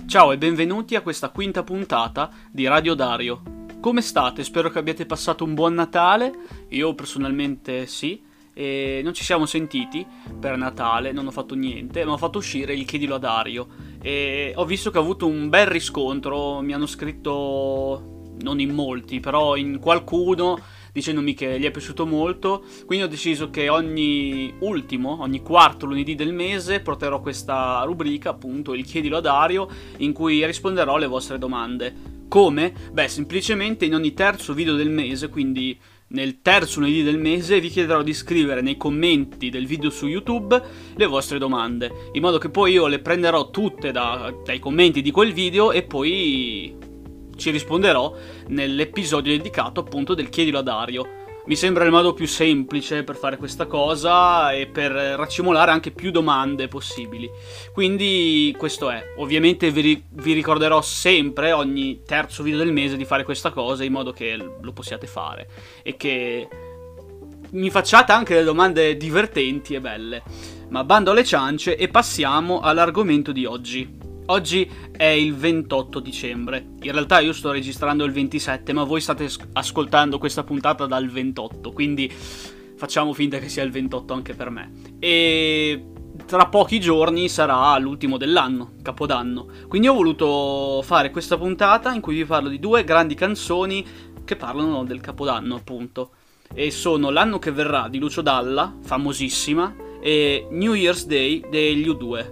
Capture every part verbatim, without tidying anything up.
Ciao e benvenuti a questa quinta puntata di Radio Dario. Come state? Spero che abbiate passato un buon Natale. Io personalmente sì. E non ci siamo sentiti per Natale, non ho fatto niente, ma ho fatto uscire il Chiedilo a Dario. E ho visto che ha avuto un bel riscontro. Mi hanno scritto, non in molti, però in qualcuno, dicendomi che gli è piaciuto molto. Quindi ho deciso che ogni ultimo, ogni quarto lunedì del mese porterò questa rubrica, appunto il Chiedilo a Dario, in cui risponderò alle vostre domande. Come? Beh, semplicemente in ogni terzo video del mese, quindi nel terzo lunedì del mese, vi chiederò di scrivere nei commenti del video su YouTube le vostre domande, in modo che poi io le prenderò tutte da, dai commenti di quel video e poi ci risponderò nell'episodio dedicato appunto del Chiedilo a Dario. Mi sembra il modo più semplice per fare questa cosa e per raccimolare anche più domande possibili. Quindi questo è. Ovviamente vi, ri- vi ricorderò sempre ogni terzo video del mese di fare questa cosa in modo che lo possiate fare e che mi facciate anche delle domande divertenti e belle. Ma bando alle ciance e passiamo all'argomento di oggi. Oggi è il ventotto dicembre, in realtà io sto registrando il ventisette, ma voi state ascoltando questa puntata dal ventotto, quindi facciamo finta che sia il ventotto anche per me. E tra pochi giorni sarà l'ultimo dell'anno, Capodanno, quindi ho voluto fare questa puntata in cui vi parlo di due grandi canzoni che parlano del Capodanno, appunto. E sono L'anno che verrà di Lucio Dalla, famosissima, e New Year's Day degli U due.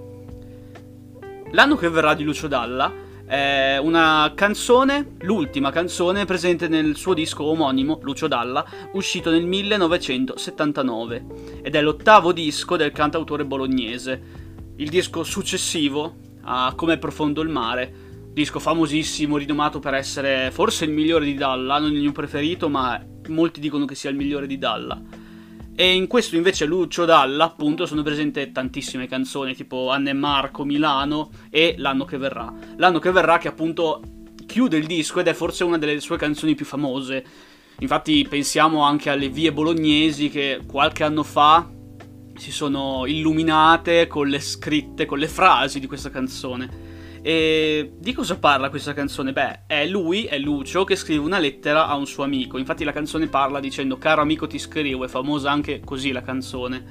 L'anno che verrà di Lucio Dalla è una canzone, l'ultima canzone presente nel suo disco omonimo, Lucio Dalla, uscito nel millenovecentosettantanove, ed è l'ottavo disco del cantautore bolognese. Il disco successivo a Com'è profondo il mare, disco famosissimo, rinomato per essere forse il migliore di Dalla, non il mio preferito, ma molti dicono che sia il migliore di Dalla. E in questo invece Lucio Dalla, appunto, sono presenti tantissime canzoni, tipo Anna e Marco, Milano e L'anno che verrà. L'anno che verrà che appunto chiude il disco ed è forse una delle sue canzoni più famose. Infatti pensiamo anche alle vie bolognesi che qualche anno fa si sono illuminate con le scritte, con le frasi di questa canzone. E di cosa parla questa canzone? Beh, è lui, è Lucio, che scrive una lettera a un suo amico. Infatti la canzone parla dicendo "Caro amico ti scrivo", è famosa anche così la canzone.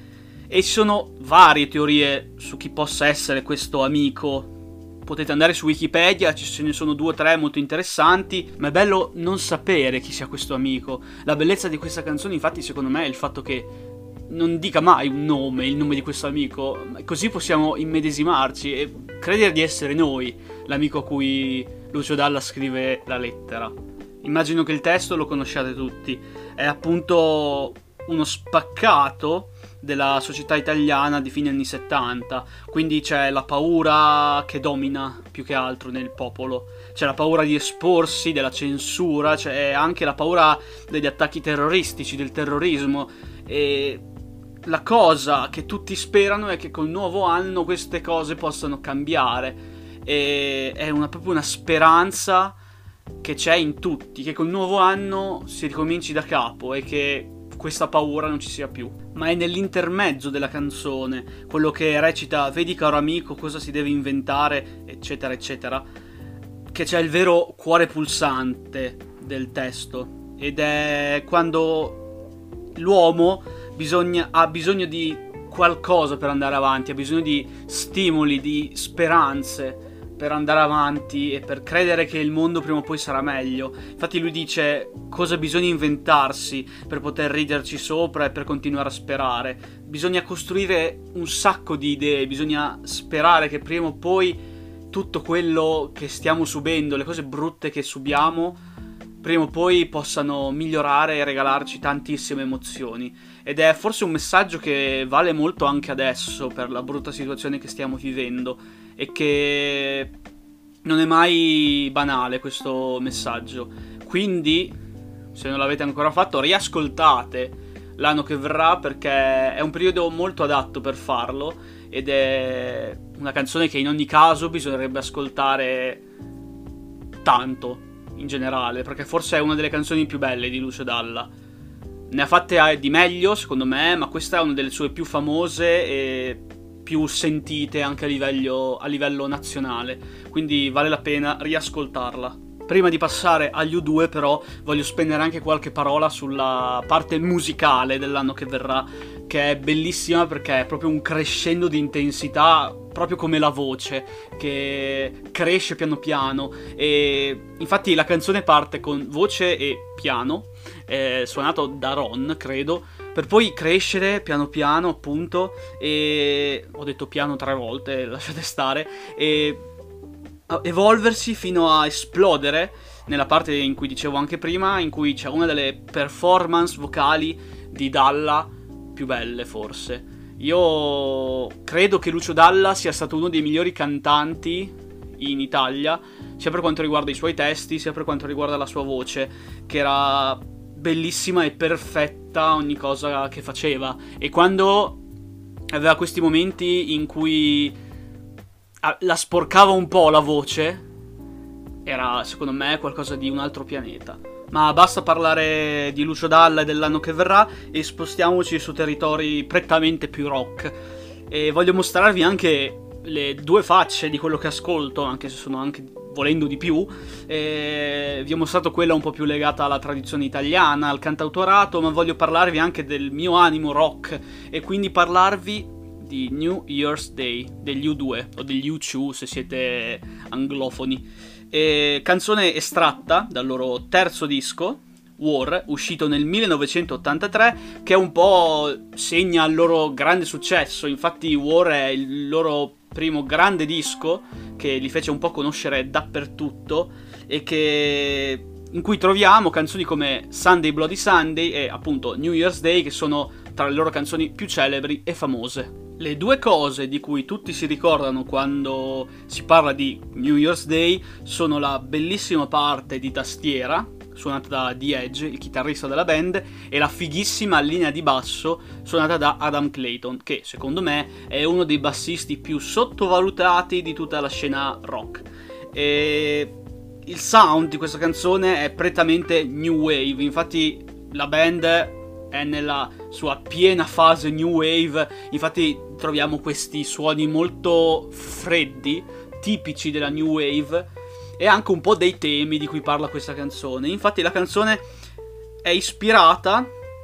E ci sono varie teorie su chi possa essere questo amico. Potete andare su Wikipedia, ce ne sono due o tre molto interessanti, ma è bello non sapere chi sia questo amico. La bellezza di questa canzone infatti secondo me è il fatto che non dica mai un nome, il nome di questo amico, così possiamo immedesimarci e credere di essere noi l'amico a cui Lucio Dalla scrive la lettera. Immagino che il testo lo conosciate tutti, è appunto uno spaccato della società italiana di fine anni settanta, quindi c'è la paura che domina più che altro nel popolo, c'è la paura di esporsi, della censura, c'è anche la paura degli attacchi terroristici, del terrorismo. E la cosa che tutti sperano è che col nuovo anno queste cose possano cambiare, e è una, proprio una speranza che c'è in tutti, che col nuovo anno si ricominci da capo e che questa paura non ci sia più. Ma è nell'intermezzo della canzone, quello che recita "Vedi caro amico cosa si deve inventare", eccetera eccetera, che c'è il vero cuore pulsante del testo, ed è quando l'uomo bisogna, ha bisogno di qualcosa per andare avanti, ha bisogno di stimoli, di speranze per andare avanti e per credere che il mondo prima o poi sarà meglio. Infatti lui dice cosa bisogna inventarsi per poter riderci sopra e per continuare a sperare. Bisogna costruire un sacco di idee, bisogna sperare che prima o poi tutto quello che stiamo subendo, le cose brutte che subiamo, prima o poi possano migliorare e regalarci tantissime emozioni. Ed è forse un messaggio che vale molto anche adesso per la brutta situazione che stiamo vivendo, e che non è mai banale questo messaggio. Quindi, se non l'avete ancora fatto, riascoltate L'anno che verrà, perché è un periodo molto adatto per farlo ed è una canzone che in ogni caso bisognerebbe ascoltare tanto in generale, perché forse è una delle canzoni più belle di Lucio Dalla. Ne ha fatte di meglio secondo me, ma questa è una delle sue più famose e più sentite anche a livello, a livello nazionale, quindi vale la pena riascoltarla. Prima di passare agli U due però voglio spendere anche qualche parola sulla parte musicale dell'anno che verrà, che è bellissima perché è proprio un crescendo di intensità, proprio come la voce, che cresce piano piano. E infatti la canzone parte con voce e piano, eh, suonato da Ron, credo, per poi crescere piano piano, appunto, e ho detto piano tre volte, lasciate stare, e evolversi fino a esplodere nella parte in cui dicevo anche prima, in cui c'è una delle performance vocali di Dalla più belle, forse. Io credo che Lucio Dalla sia stato uno dei migliori cantanti in Italia, sia per quanto riguarda i suoi testi, sia per quanto riguarda la sua voce, che era bellissima e perfetta ogni cosa che faceva. E quando aveva questi momenti in cui la sporcava un po' la voce, era secondo me qualcosa di un altro pianeta. Ma basta parlare di Lucio Dalla e dell'anno che verrà e spostiamoci su territori prettamente più rock. E voglio mostrarvi anche le due facce di quello che ascolto, anche se sono anche volendo di più. E vi ho mostrato quella un po' più legata alla tradizione italiana, al cantautorato, ma voglio parlarvi anche del mio animo rock e quindi parlarvi di New Year's Day, degli U due o degli U due se siete anglofoni. E canzone estratta dal loro terzo disco, War, uscito nel millenovecentottantatré, che un po' segna il loro grande successo. Infatti War è il loro primo grande disco che li fece un po' conoscere dappertutto e che in cui troviamo canzoni come Sunday Bloody Sunday e appunto New Year's Day, che sono tra le loro canzoni più celebri e famose. Le due cose di cui tutti si ricordano quando si parla di New Year's Day sono la bellissima parte di tastiera, suonata da The Edge, il chitarrista della band, e la fighissima linea di basso suonata da Adam Clayton, che secondo me è uno dei bassisti più sottovalutati di tutta la scena rock. E il sound di questa canzone è prettamente new wave, infatti la band è nella sua piena fase new wave, infatti troviamo questi suoni molto freddi, tipici della new wave, e anche un po' dei temi di cui parla questa canzone. Infatti la canzone è ispirata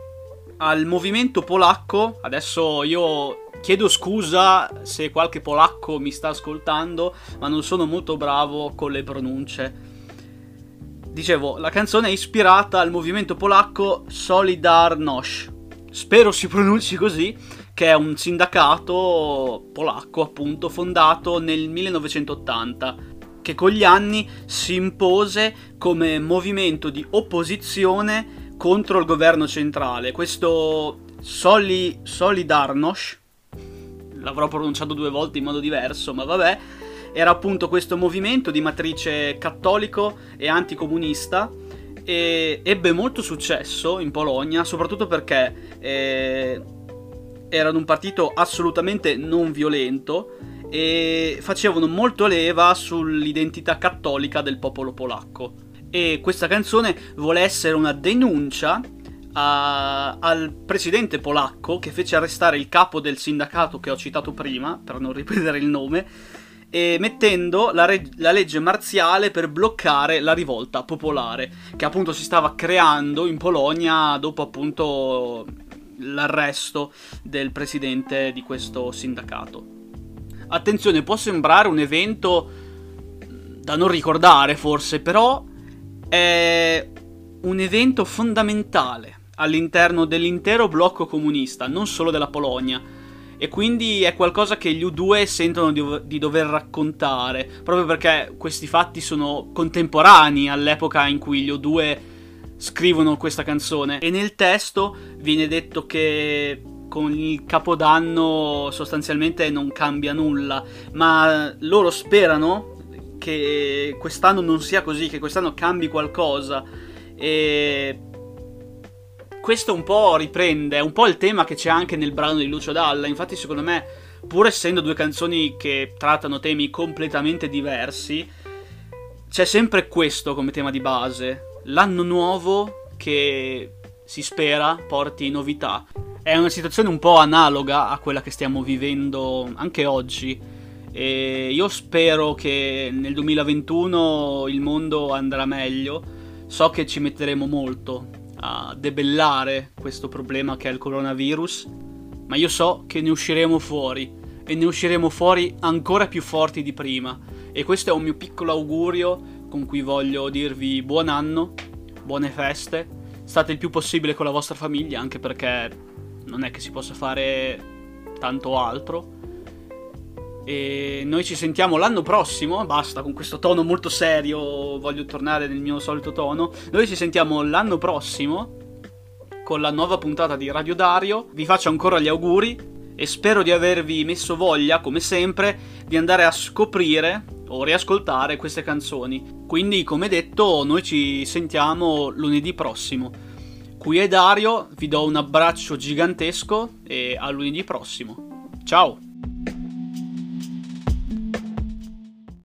al movimento polacco. Adesso io chiedo scusa se qualche polacco mi sta ascoltando, ma non sono molto bravo con le pronunce. Dicevo, la canzone è ispirata al movimento polacco Solidarność, spero si pronunci così, che è un sindacato polacco appunto fondato nel millenovecentottanta, che con gli anni si impose come movimento di opposizione contro il governo centrale. Questo Soli, Solidarność, l'avrò pronunciato due volte in modo diverso, ma vabbè, era appunto questo movimento di matrice cattolico e anticomunista, e ebbe molto successo in Polonia, soprattutto perché eh, erano un partito assolutamente non violento e facevano molto leva sull'identità cattolica del popolo polacco. E questa canzone vuole essere una denuncia a, al presidente polacco che fece arrestare il capo del sindacato che ho citato prima, per non ripetere il nome, e mettendo la, reg- la legge marziale per bloccare la rivolta popolare che appunto si stava creando in Polonia dopo appunto l'arresto del presidente di questo sindacato. Attenzione, può sembrare un evento da non ricordare forse, però è un evento fondamentale all'interno dell'intero blocco comunista, non solo della Polonia. E quindi è qualcosa che gli U due sentono di, di dover raccontare, proprio perché questi fatti sono contemporanei all'epoca in cui gli U due scrivono questa canzone. E nel testo viene detto che con il Capodanno sostanzialmente non cambia nulla, ma loro sperano che quest'anno non sia così, che quest'anno cambi qualcosa. E questo un po' riprende, è un po' il tema che c'è anche nel brano di Lucio Dalla. Infatti secondo me, pur essendo due canzoni che trattano temi completamente diversi, c'è sempre questo come tema di base, l'anno nuovo che si spera porti novità. È una situazione un po' analoga a quella che stiamo vivendo anche oggi, e io spero che nel duemilaventuno il mondo andrà meglio. So che ci metteremo molto a debellare questo problema che è il coronavirus, ma io so che ne usciremo fuori, e ne usciremo fuori ancora più forti di prima. E questo è un mio piccolo augurio con cui voglio dirvi buon anno, buone feste, state il più possibile con la vostra famiglia, anche perché non è che si possa fare tanto altro. E noi ci sentiamo l'anno prossimo. Basta con questo tono molto serio, voglio tornare nel mio solito tono. Noi ci sentiamo l'anno prossimo con la nuova puntata di Radio Dario. Vi faccio ancora gli auguri e spero di avervi messo voglia, come sempre, di andare a scoprire o riascoltare queste canzoni. Quindi, come detto, noi ci sentiamo lunedì prossimo. Qui è Dario, vi do un abbraccio gigantesco e a lunedì prossimo. Ciao!